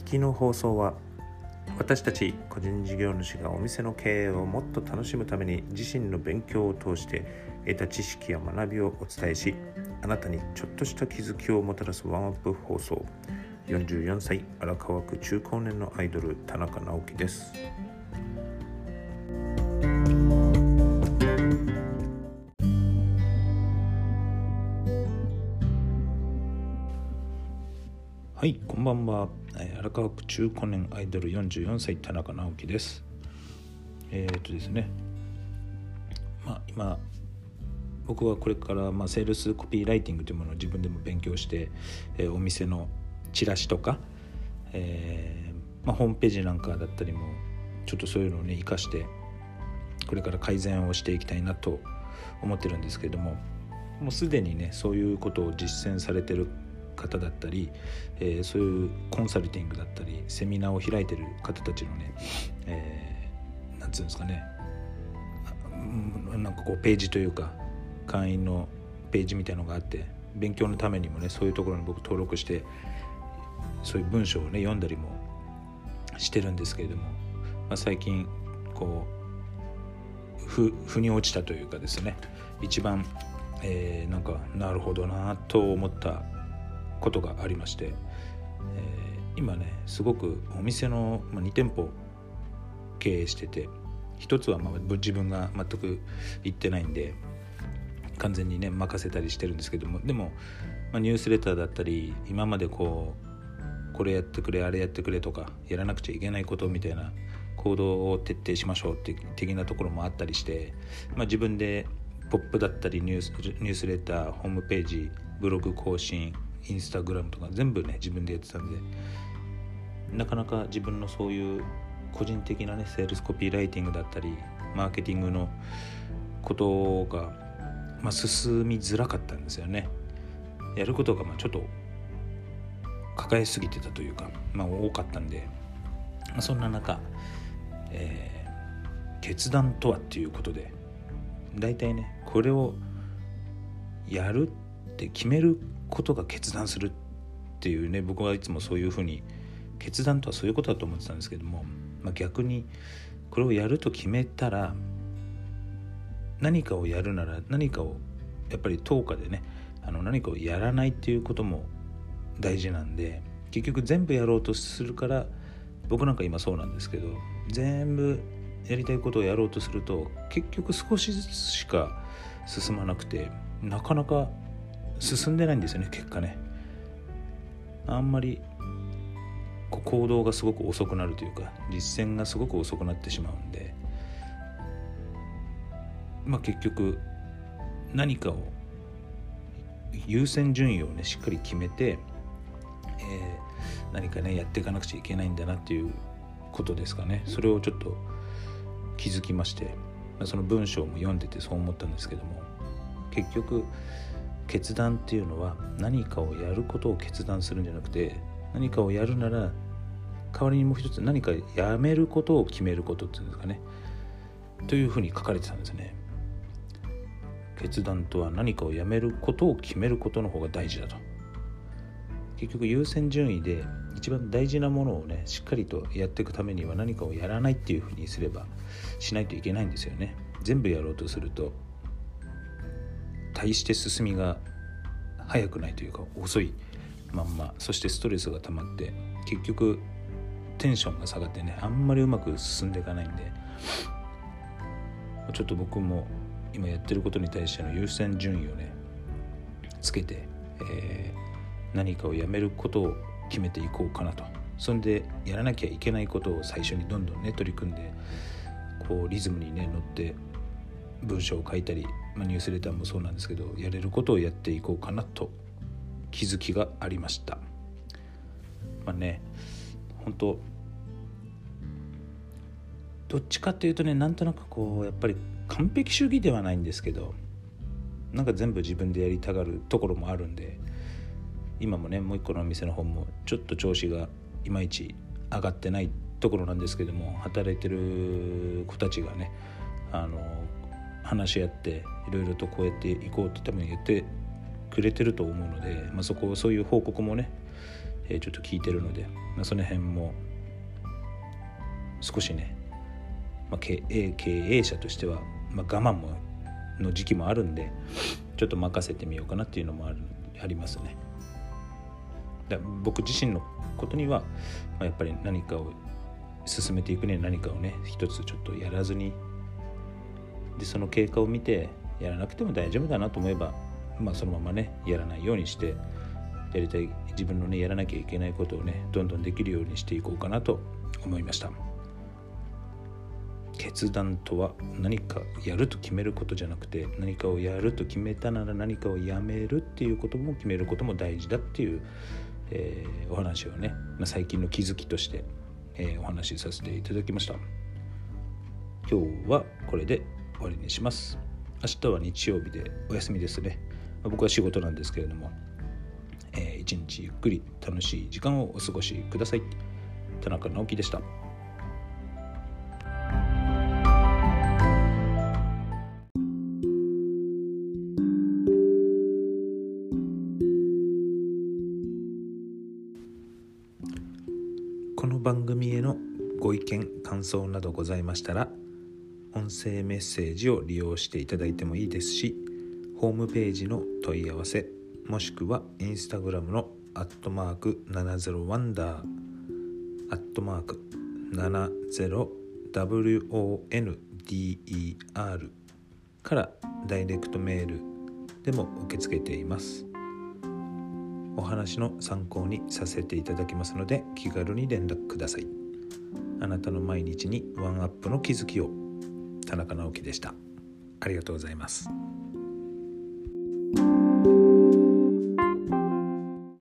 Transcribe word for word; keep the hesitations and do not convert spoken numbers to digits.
きの放送は私たち個人事業主がお店の経営をもっと楽しむために自身の勉強を通して得た知識や学びをお伝えし、あなたにちょっとした気づきをもたらすワンアップ放送。よんじゅうよんさい荒川区中高年のアイドル田中直樹です。はい、こんばんは。荒川区中高年アイドルよんじゅうよんさい田中直樹です。えー、っとですね、まあ今僕はこれからまあセールスコピーライティングというものを自分でも勉強して、えー、お店のチラシとか、えーまあ、ホームページなんかだったりもちょっとそういうのをね活かしてこれから改善をしていきたいなと思ってるんですけれども、もうすでにねそういうことを実践されてる方だったり、えー、そういうコンサルティングだったりセミナーを開いてる方たちのね、えー、なんつうんですかね、なんかこうページというか会員のページみたいなのがあって、勉強のためにもねそういうところに僕登録してそういう文章をね読んだりもしてるんですけれども、まあ、最近こうふ腑に落ちたというかですね、一番、えー、なんかなるほどなと思ったことがありまして、えー、今ねすごくお店の、まあ、に店舗経営してて、一つはまあ自分が全く行ってないんで完全にね任せたりしてるんですけども、でも、まあ、ニュースレターだったり今までこうこれやってくれあれやってくれとかやらなくちゃいけないことみたいな行動を徹底しましょうって的なところもあったりして、まあ、自分でポップだったりニュース、ニュースレター、ホームページ、ブログ更新、インスタグラムとか全部ね自分でやってたんで、なかなか自分のそういう個人的なねセールスコピーライティングだったりマーケティングのことが、まあ、進みづらかったんですよね。やることがまあちょっと抱えすぎてたというか、まあ、多かったんで、まあ、そんな中、えー、決断とはっていうことで、だいたいねこれをやるって決めることが決断するっていうね、僕はいつもそういうふうに決断とはそういうことだと思ってたんですけども、まあ、逆にこれをやると決めたら何かをやるなら何かをやっぱり等価でねあの何かをやらないっていうことも大事なんで、結局全部やろうとするから、僕なんか今そうなんですけど、全部やりたいことをやろうとすると結局少しずつしか進まなくて、なかなか進んでないんですよね。結果ねあんまりこう行動がすごく遅くなるというか実践がすごく遅くなってしまうんで、まあ結局何かを優先順位をねしっかり決めて、えー、何かねやっていかなくちゃいけないんだなっていうことですかね。それをちょっと気づきまして、その文章も読んでてそう思ったんですけども、結局決断っていうのは何かをやることを決断するんじゃなくて、何かをやるなら代わりにもう一つ何かやめることを決めることっていうんですかね、というふうに書かれてたんですね。決断とは何かをやめることを決めることの方が大事だと。結局優先順位で一番大事なものをねしっかりとやっていくためには何かをやらないっていうふうにすればしないといけないんですよね。全部やろうとすると大して進みが早くないというか遅いまんま、そしてストレスが溜まって結局テンションが下がってねあんまりうまく進んでいかないんで、ちょっと僕も今やってることに対しての優先順位をねつけて、えー、何かをやめることを決めていこうかなと。そんでやらなきゃいけないことを最初にどんどんね取り組んで、こうリズムにね乗って文章を書いたり、まあ、ニュースレターもそうなんですけどやれることをやっていこうかなと気づきがありました。まあね本当どっちかっていうとねなんとなくこうやっぱり完璧主義ではないんですけど、なんか全部自分でやりたがるところもあるんで、今もねもう一個のお店の方もちょっと調子がいまいち上がってないところなんですけども、働いてる子たちがねあの話し合っていろいろとこうやっていこうって多分言ってくれてると思うので、まあ、そこそういう報告もねえー、ちょっと聞いてるので、まあ、その辺も少しね、まあ、経営、経営者としては、まあ、我慢もの時期もあるんで、ちょっと任せてみようかなっていうのもあるありますね。だ僕自身のことには、まあ、やっぱり何かを進めていくには何かをね一つちょっとやらずに、でその経過を見てやらなくても大丈夫だなと思えば、まあ、そのままねやらないようにして、やりたい自分のねやらなきゃいけないことをねどんどんできるようにしていこうかなと思いました。決断とは何かやると決めることじゃなくて、何かをやると決めたなら何かをやめるっていうことも決めることも大事だっていう、えー、お話をね、まあ、最近の気づきとして、えー、お話しさせていただきました。今日はこれで終わりにします。明日は日曜日でお休みですね。僕は仕事なんですけれども、えー、一日ゆっくり楽しい時間をお過ごしください。田中直樹でした。この番組へのご意見感想などございましたら、音声メッセージを利用していただいてもいいですし、ホームページの問い合わせ、もしくはインスタグラムのアットマークななじゅうワンダーアットマーク ななじゅうワンダー からダイレクトメールでも受け付けています。お話の参考にさせていただきますので、気軽に連絡ください。あなたの毎日にワンアップの気づきを。田中直樹でした。ありがとうございます。